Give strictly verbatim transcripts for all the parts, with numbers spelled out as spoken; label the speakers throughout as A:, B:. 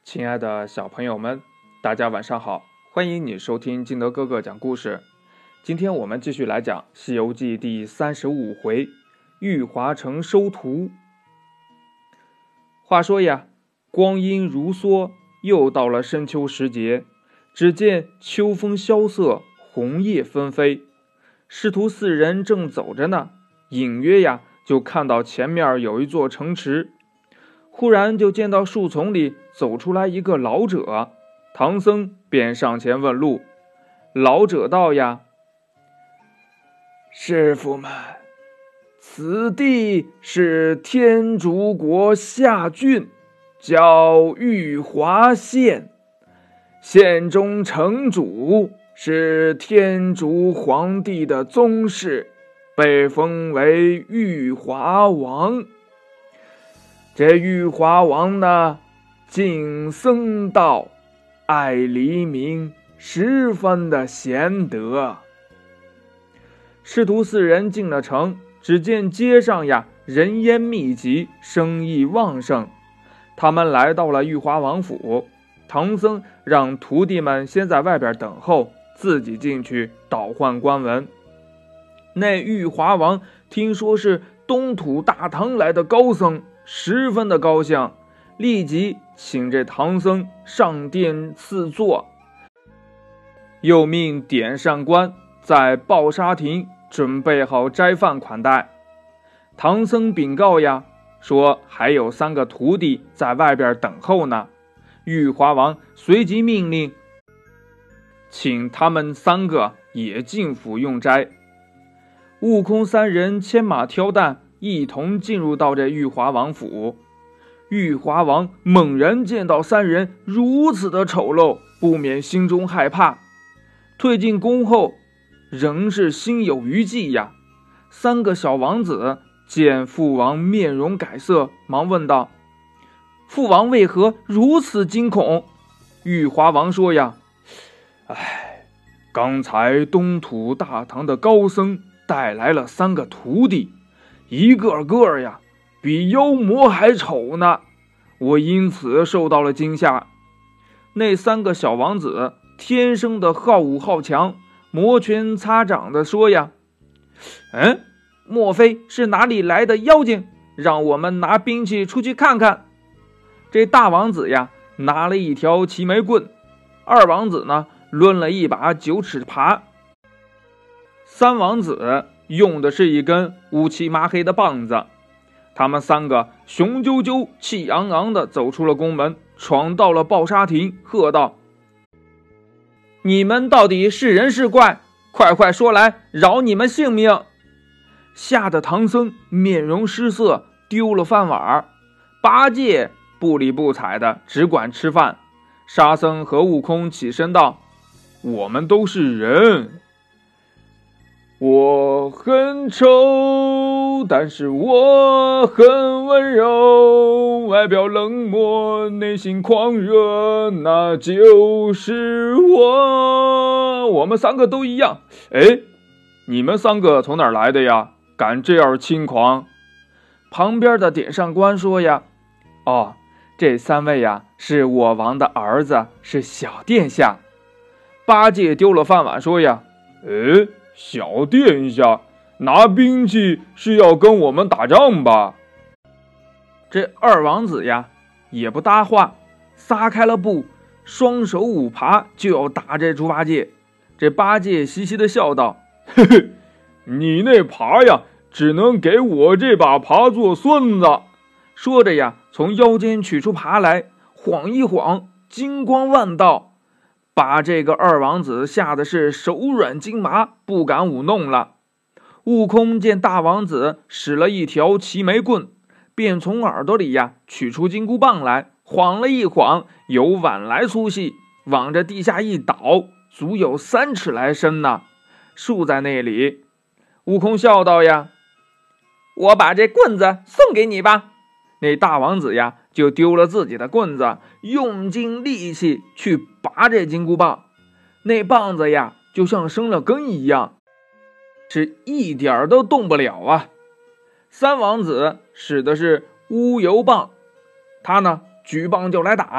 A: 亲爱的小朋友们，大家晚上好，欢迎你收听金德哥哥讲故事。今天我们继续来讲《西游记》第三十五回玉华城收徒。话说呀，光阴如梭，又到了深秋时节，只见秋风萧瑟，红叶纷飞。师徒四人正走着呢，隐约呀就看到前面有一座城池，忽然就见到树丛里走出来一个老者，唐僧便上前问路。老者道呀：师傅们，此地是天竺国下郡，叫玉华县，县中城主是天竺皇帝的宗室，被封为玉华王。这玉华王呢，敬僧道，爱黎民，十分的贤德。师徒四人进了城，只见街上呀人烟密集，生意旺盛。他们来到了玉华王府，唐僧让徒弟们先在外边等候，自己进去倒换官文。那玉华王听说是东土大唐来的高僧，十分的高兴，立即请这唐僧上殿赐座，又命典上官在抱沙亭准备好斋饭款待。唐僧禀告呀，说还有三个徒弟在外边等候呢。玉华王随即命令，请他们三个也进府用斋。悟空三人牵马挑担，一同进入到这玉华王府。玉华王猛然见到三人如此的丑陋，不免心中害怕。退进宫后，仍是心有余悸呀。三个小王子见父王面容改色，忙问道：父王为何如此惊恐？玉华王说呀：哎，刚才东土大唐的高僧带来了三个徒弟，一个个呀比妖魔还丑呢，我因此受到了惊吓。那三个小王子天生的好武好强，摩拳擦掌的说呀：嗯，莫非是哪里来的妖精？让我们拿兵器出去看看。这大王子呀拿了一条齐眉棍，二王子呢抡了一把九齿耙，三王子用的是一根乌漆麻黑的棒子。他们三个雄赳赳气昂昂地走出了宫门，闯到了抱沙亭，喝道：你们到底是人是怪？快快说来，饶你们性命！吓得唐僧面容失色，丢了饭碗。八戒不理不睬的只管吃饭。沙僧和悟空起身道：我们都是人，我很丑，但是我很温柔，外表冷漠，内心狂热，那就是我。我们三个都一样。哎，你们三个从哪儿来的呀？敢这样轻狂？旁边的典上官说呀：哦，这三位呀是我王的儿子，是小殿下。八戒丢了饭碗说呀：哎，小殿下拿兵器是要跟我们打仗吧？这二王子呀也不搭话，撒开了步，双手舞耙就要打这猪八戒。这八戒嘻嘻的笑道：嘿嘿，你那耙呀只能给我这把耙做孙子。说着呀从腰间取出耙来，晃一晃，金光万道，把这个二王子吓得是手软筋麻，不敢舞弄了。悟空见大王子使了一条齐眉棍，便从耳朵里呀取出金箍棒来，晃了一晃，有碗来粗细，往这地下一倒，足有三尺来深呢，竖在那里。悟空笑道呀：我把这棍子送给你吧。那大王子呀就丢了自己的棍子，用尽力气去拔这金箍棒。那棒子呀就像生了根一样，是一点都动不了啊。三王子使的是乌油棒，他呢举棒就来打，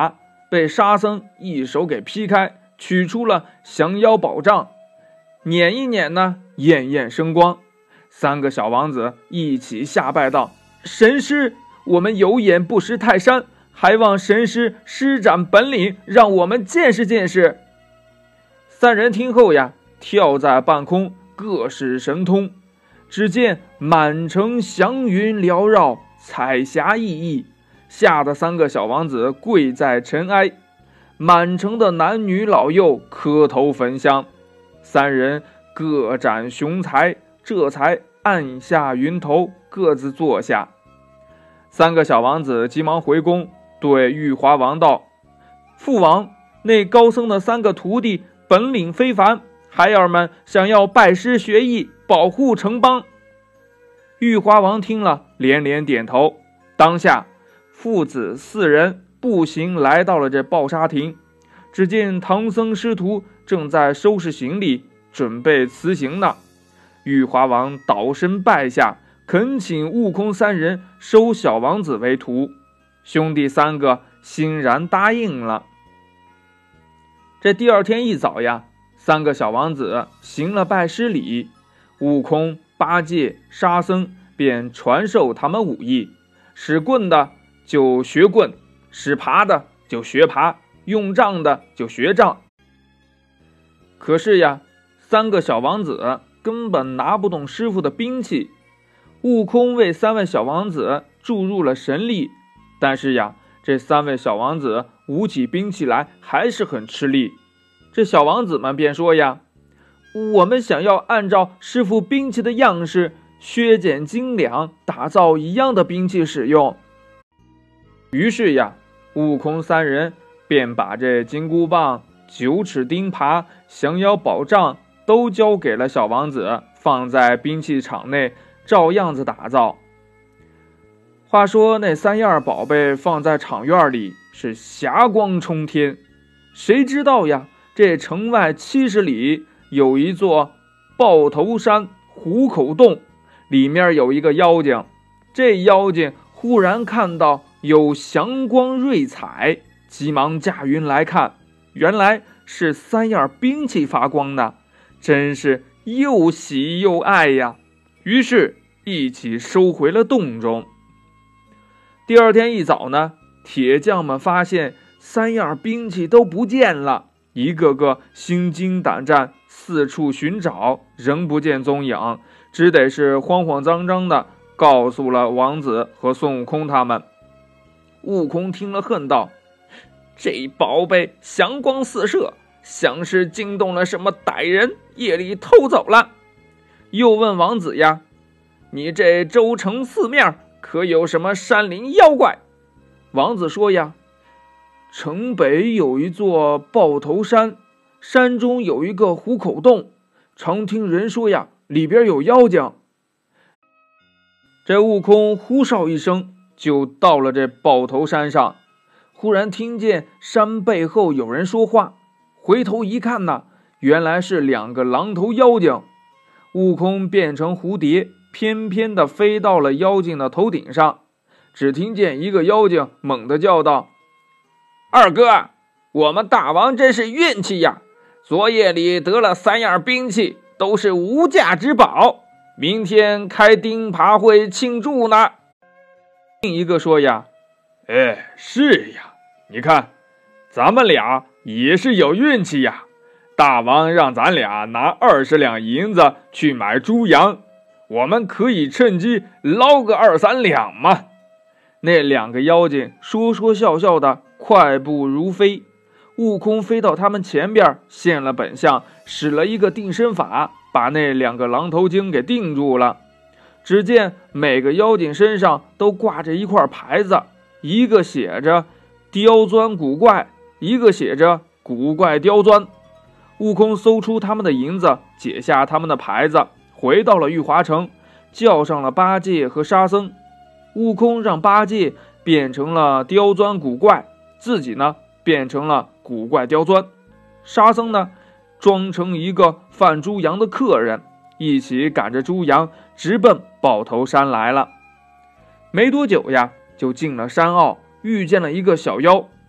A: 被沙僧一手给劈开，取出了降妖宝杖，捻一捻呢，焰焰生光。三个小王子一起下拜道：神师，我们有眼不识泰山，还望神师施展本领，让我们见识见识。三人听后呀，跳在半空，各使神通。只见满城祥云缭绕，彩霞熠熠，吓得三个小王子跪在尘埃。满城的男女老幼磕头焚香，三人各展雄才，这才按下云头，各自坐下。三个小王子急忙回宫，对玉华王道：父王，那高僧的三个徒弟本领非凡，孩儿们想要拜师学艺，保护城邦。玉华王听了连连点头。当下父子四人步行来到了这抱沙亭，只见唐僧师徒正在收拾行李，准备辞行呢。玉华王倒身拜下，恳请悟空三人收小王子为徒。兄弟三个欣然答应了。这第二天一早呀，三个小王子行了拜师礼，悟空、八戒、沙僧便传授他们武艺，使棍的就学棍，使耙的就学耙，用杖的就学杖。可是呀，三个小王子根本拿不动师傅的兵器。悟空为三位小王子注入了神力，但是呀，这三位小王子舞起兵器来还是很吃力。这小王子们便说呀：我们想要按照师傅兵器的样式削减精良，打造一样的兵器使用。于是呀，悟空三人便把这金箍棒、九齿钉耙、降妖宝杖都交给了小王子，放在兵器厂内照样子打造。话说那三样宝贝放在厂院里是霞光冲天，谁知道呀，这城外七十里有一座豹头山虎口洞，里面有一个妖精。这妖精忽然看到有祥光瑞彩，急忙驾云来看，原来是三样兵器发光呢，真是又喜又爱呀。于是一起收回了洞中。第二天一早呢，铁匠们发现三样兵器都不见了，一个个心惊胆战，四处寻找，仍不见踪影，只得是慌慌张张的告诉了王子和孙悟空他们。悟空听了恨道：这宝贝祥光四射，像是惊动了什么歹人，夜里偷走了。又问王子呀：你这州城四面可有什么山林妖怪？王子说呀：城北有一座豹头山，山中有一个虎口洞，常听人说呀，里边有妖精。这悟空呼哨一声，就到了这豹头山上。忽然听见山背后有人说话，回头一看呢，原来是两个狼头妖精。悟空变成蝴蝶，翩翩地飞到了妖精的头顶上。只听见一个妖精猛地叫道：二哥，我们大王真是运气呀，昨夜里得了三样兵器，都是无价之宝，明天开钉耙会庆祝呢。另一个说呀：哎，是呀，你看咱们俩也是有运气呀，大王让咱俩拿二十两银子去买猪羊，我们可以趁机捞个二三两嘛。那两个妖精说说笑笑的快步如飞，悟空飞到他们前边，现了本相，使了一个定身法，把那两个狼头精给定住了。只见每个妖精身上都挂着一块牌子，一个写着刁钻古怪，一个写着古怪刁钻。悟空搜出他们的银子，解下他们的牌子，回到了玉华城，叫上了八戒和沙僧。悟空让八戒变成了刁钻古怪，自己呢变成了古怪刁钻。沙僧呢装成一个贩猪羊的客人，一起赶着猪羊直奔豹头山来了。没多久呀，就进了山坳，遇见了一个小妖。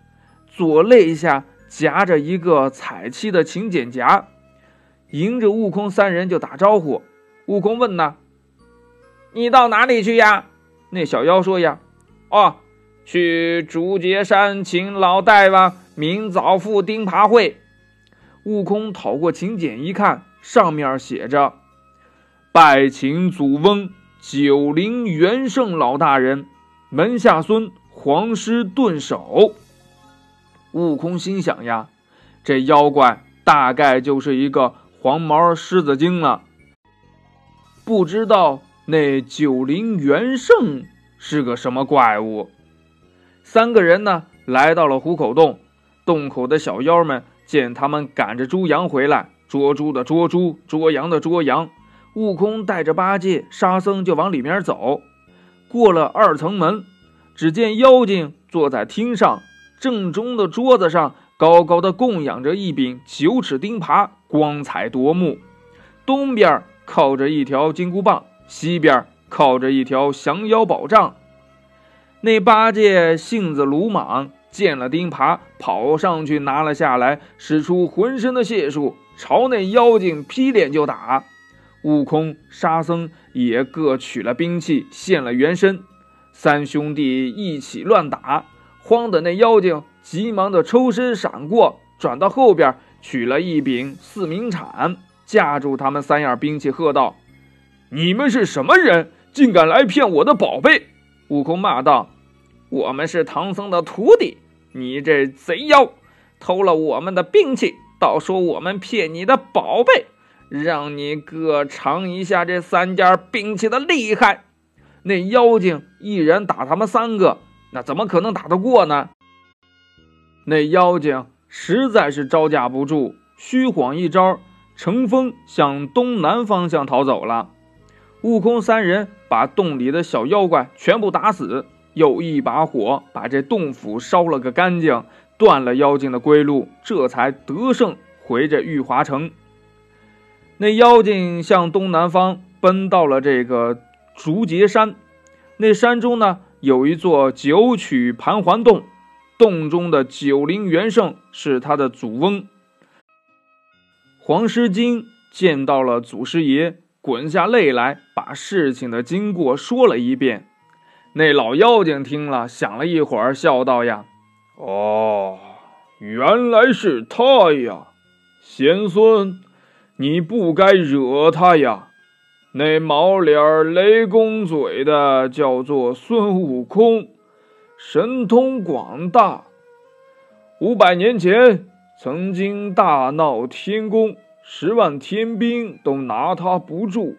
A: 左肋下夹着一个彩漆的请柬夹，迎着悟空三人就打招呼。悟空问呢：“你到哪里去呀？”那小妖说呀：“哦，去竹节山请老大王明早赴钉耙会。”悟空讨过请柬一看，上面写着：“拜请祖翁九灵元圣老大人，门下孙黄狮顿首。”悟空心想呀，这妖怪大概就是一个黄毛狮子精了。不知道那九灵元圣是个什么怪物。三个人呢，来到了虎口洞，洞口的小妖们见他们赶着猪羊回来，捉猪的捉猪，捉羊的捉羊。悟空带着八戒、沙僧就往里面走。过了二层门，只见妖精坐在厅上，正中的桌子上高高的供养着一柄九齿钉耙，光彩夺目。东边靠着一条金箍棒，西边靠着一条降妖宝杖。那八戒性子鲁莽，见了钉耙，跑上去拿了下来，使出浑身的解数，朝那妖精劈脸就打。悟空、沙僧也各取了兵器，现了原身，三兄弟一起乱打，慌的那妖精急忙的抽身闪过，转到后边取了一柄四明铲，架住他们三样兵器，喝道：“你们是什么人，竟敢来骗我的宝贝？”悟空骂道：“我们是唐僧的徒弟，你这贼妖，偷了我们的兵器，倒说我们骗你的宝贝，让你各尝一下这三件兵器的厉害。”那妖精一人打他们三个，那怎么可能打得过呢？那妖精实在是招架不住，虚晃一招，乘风向东南方向逃走了。悟空三人把洞里的小妖怪全部打死，又一把火把这洞府烧了个干净，断了妖精的归路，这才得胜回这玉华城。那妖精向东南方奔到了这个竹节山，那山中呢有一座九曲盘桓洞，洞中的九灵元圣是他的祖翁。黄狮精见到了祖师爷，滚下泪来，把事情的经过说了一遍。那老妖精听了，想了一会儿，笑道呀：“哦，原来是他呀，贤孙，你不该惹他呀。那毛脸雷公嘴的叫做孙悟空，神通广大，五百年前曾经大闹天宫，十万天兵都拿他不住。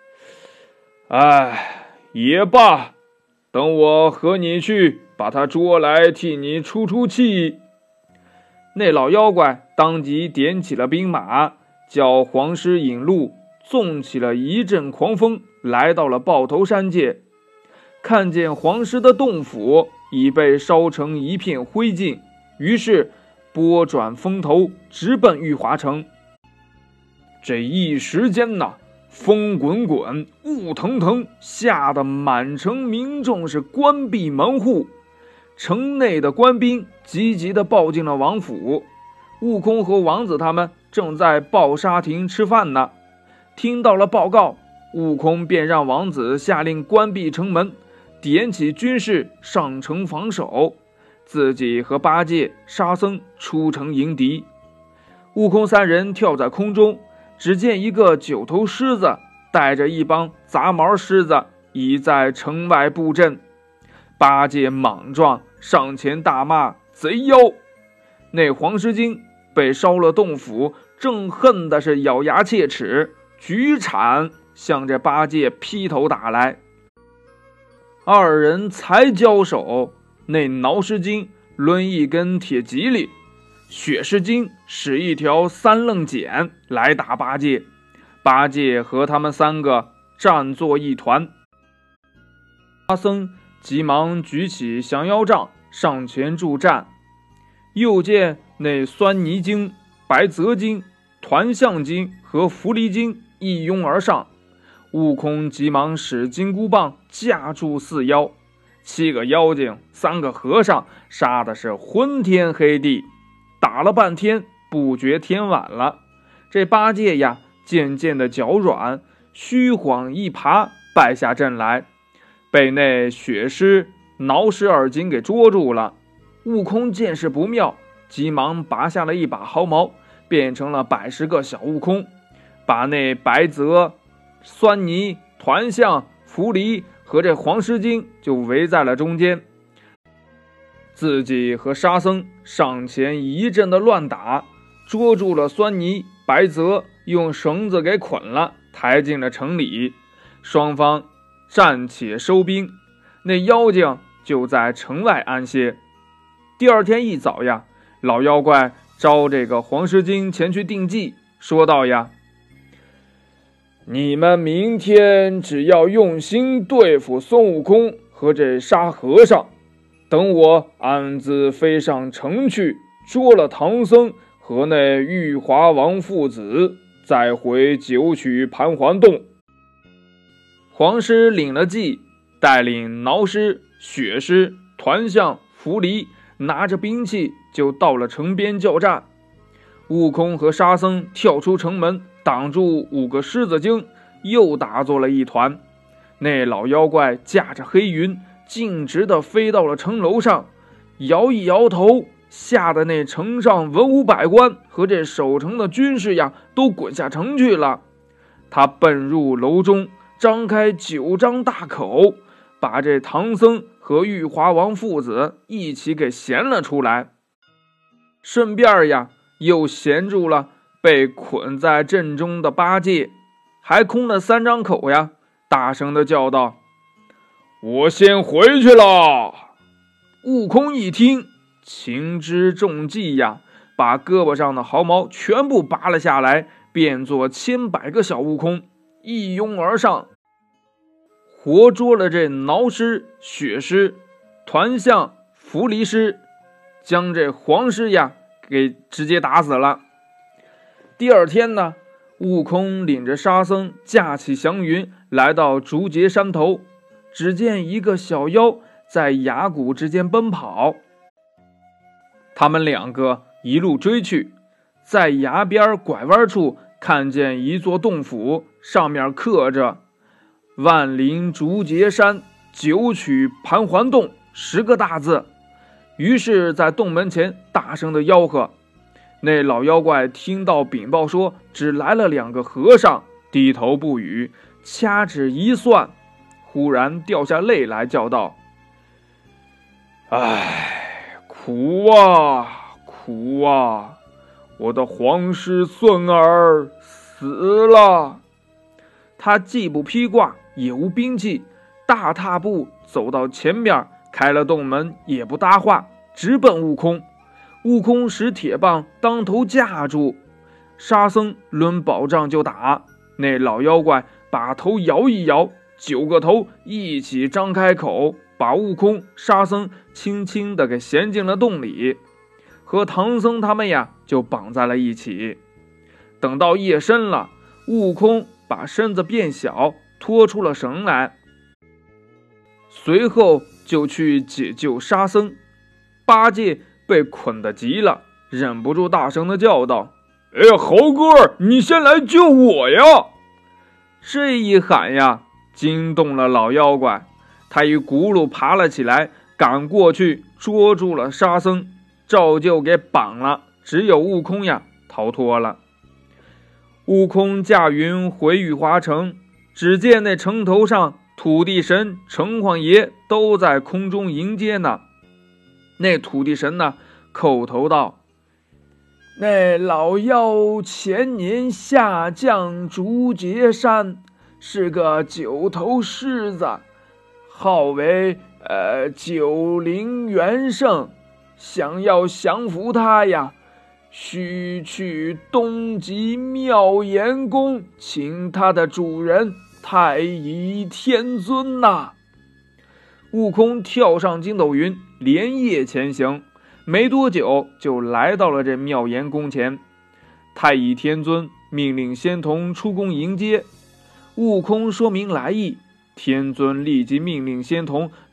A: 哎，也罢，等我和你去把他捉来，替你出出气。”那老妖怪当即点起了兵马，叫黄狮引路，纵起了一阵狂风，来到了豹头山界。看见黄狮的洞府已被烧成一片灰烬，于是拨转风头，直奔玉华城。这一时间呐，风滚滚，雾腾腾，吓得满城民众是关闭门户。城内的官兵急急地报进了王府。悟空和王子他们正在抱沙亭吃饭呢，听到了报告，悟空便让王子下令关闭城门，点起军士上城防守，自己和八戒、沙僧出城迎敌。悟空三人跳在空中，只见一个九头狮子带着一帮杂毛狮子已在城外布阵。八戒莽撞，上前大骂贼妖。那黄狮精被烧了洞府，正恨的是咬牙切齿，举铲向着八戒劈头打来。二人才交手，那挠狮精抡一根铁蒺藜，雪狮精使一条三愣锏来打八戒。八戒和他们三个战作一团。沙僧急忙举起降妖杖上前助战，又见那酸泥精、白泽精、团象精和狐狸精一拥而上，悟空急忙使金箍棒架住四妖， 七个妖精，三个和尚，杀的是昏天黑地，打了半天，不觉天晚了。这八戒呀，渐渐的脚软，虚晃一爬，败下阵来，被那血狮、挠狮二精给捉住了。悟空见势不妙，急忙拔下了一把毫毛，变成了百十个小悟空，把那白泽、酸泥、团象、扶离和这黄狮精就围在了中间，自己和沙僧上前一阵的乱打，捉住了酸泥、白泽，用绳子给捆了，抬进了城里。双方暂且收兵，那妖精就在城外安歇。第二天一早呀，老妖怪招这个黄狮精前去定计，说道呀：你们明天只要用心对付孙悟空和这沙和尚，等我暗自飞上城去，捉了唐僧和那玉华王父子，再回九曲盘桓洞。黄狮领了计，带领挠狮、血狮、团象、扶离，拿着兵器就到了城边叫战。悟空和沙僧跳出城门，挡住五个狮子精，又打作了一团。那老妖怪驾着黑云，径直的飞到了城楼上，摇一摇头，吓得那城上文武百官和这守城的军士呀，都滚下城去了。他奔入楼中，张开九张大口，把这唐僧和玉华王父子一起给衔了出来，顺便呀又衔住了被捆在阵中的八戒，还空了三张口呀，大声的叫道：我先回去了。悟空一听，情之重计呀，把胳膊上的毫毛全部拔了下来，变作千百个小悟空，一拥而上，活捉了这挠狮、血狮、团象、扶离狮，将这黄狮呀给直接打死了。第二天呢，悟空领着沙僧驾起祥云，来到竹节山头，只见一个小妖在崖谷之间奔跑。他们两个一路追去，在崖边拐弯处看见一座洞府，上面刻着万灵竹节山九曲盘桓洞十个大字，于是在洞门前大声的吆喝。那老妖怪听到禀报说只来了两个和尚，低头不语，掐指一算，忽然掉下泪来，叫道：唉，苦啊苦啊，我的皇师孙儿死了。他既不披挂，也无兵器，大踏步走到前面，开了洞门，也不搭话，直奔悟空。悟空使铁棒当头架住，沙僧抡宝杖就打。那老妖怪把头摇一摇，九个头一起张开口，把悟空、沙僧轻轻地给衔进了洞里，和唐僧他们呀就绑在了一起。等到夜深了，悟空把身子变小，拖出了绳来，随后就去解救沙僧。八戒被捆得急了，忍不住大声的叫道：哎呀，猴哥，你先来救我呀！这一喊呀，惊动了老妖怪，他一轱辘爬了起来，赶过去捉住了沙僧，照旧给绑了，只有悟空呀逃脱了。悟空驾云回玉华城，只见那城头上土地神、城隍爷都在空中迎接呢。那土地神呢口头道：那老妖前年下降竹节山，是个九头狮子，号为呃九灵元圣，想要降服他呀，须去东极妙严宫，请他的主人太乙天尊呐、啊。悟空跳上筋斗云，连夜前行，没多久就来到了这妙严宫前。太乙天尊命令仙童出宫迎接，悟空说明来意，天尊立即命令仙童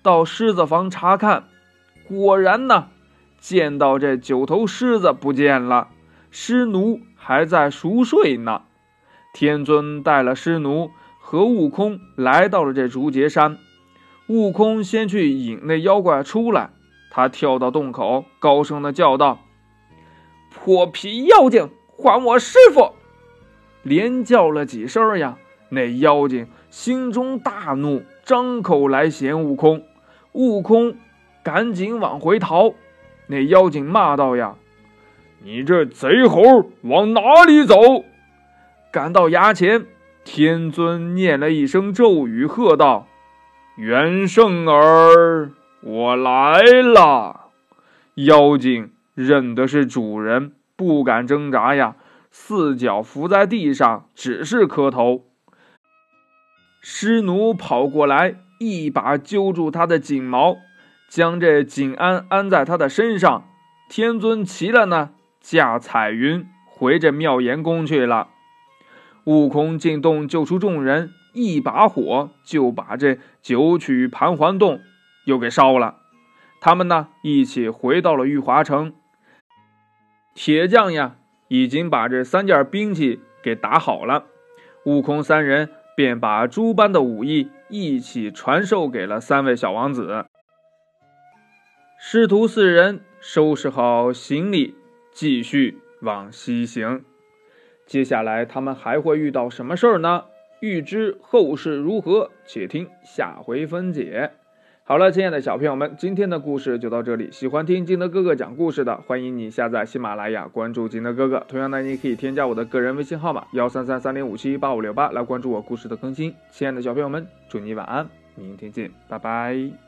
A: 到狮子房查看，果然呢，见到这九头狮子不见了，狮奴还在熟睡呢。天尊带了狮奴和悟空来到了这竹节山。悟空先去引那妖怪出来，他跳到洞口，高声的叫道：破皮妖精，还我师傅！连叫了几声呀，那妖精心中大怒，张口来衔悟空。悟空赶紧往回逃。那妖精骂道呀：你这贼猴，往哪里走？赶到衙前，天尊念了一声咒语，喝道：元圣儿，我来了。妖精认的是主人，不敢挣扎呀，四脚伏在地上，只是磕头。狮奴跑过来，一把揪住他的颈毛，将这锦鞍安在他的身上。天尊齐了呢，驾彩云回这妙严宫去了。悟空进洞救出众人，一把火就把这九曲盘桓洞又给烧了。他们呢一起回到了玉华城。铁匠呀已经把这三件兵器给打好了，悟空三人便把诸般的武艺一起传授给了三位小王子。师徒四人收拾好行李，继续往西行。接下来他们还会遇到什么事儿呢？欲知后事如何，且听下回分解。好了，亲爱的小朋友们，今天的故事就到这里。喜欢听金德哥哥讲故事的，欢迎你下载喜马拉雅，关注金德哥哥。同样呢，你可以添加我的个人微信号码幺三三三零五七八五六八来关注我故事的更新。亲爱的小朋友们，祝你晚安，明天见，拜拜。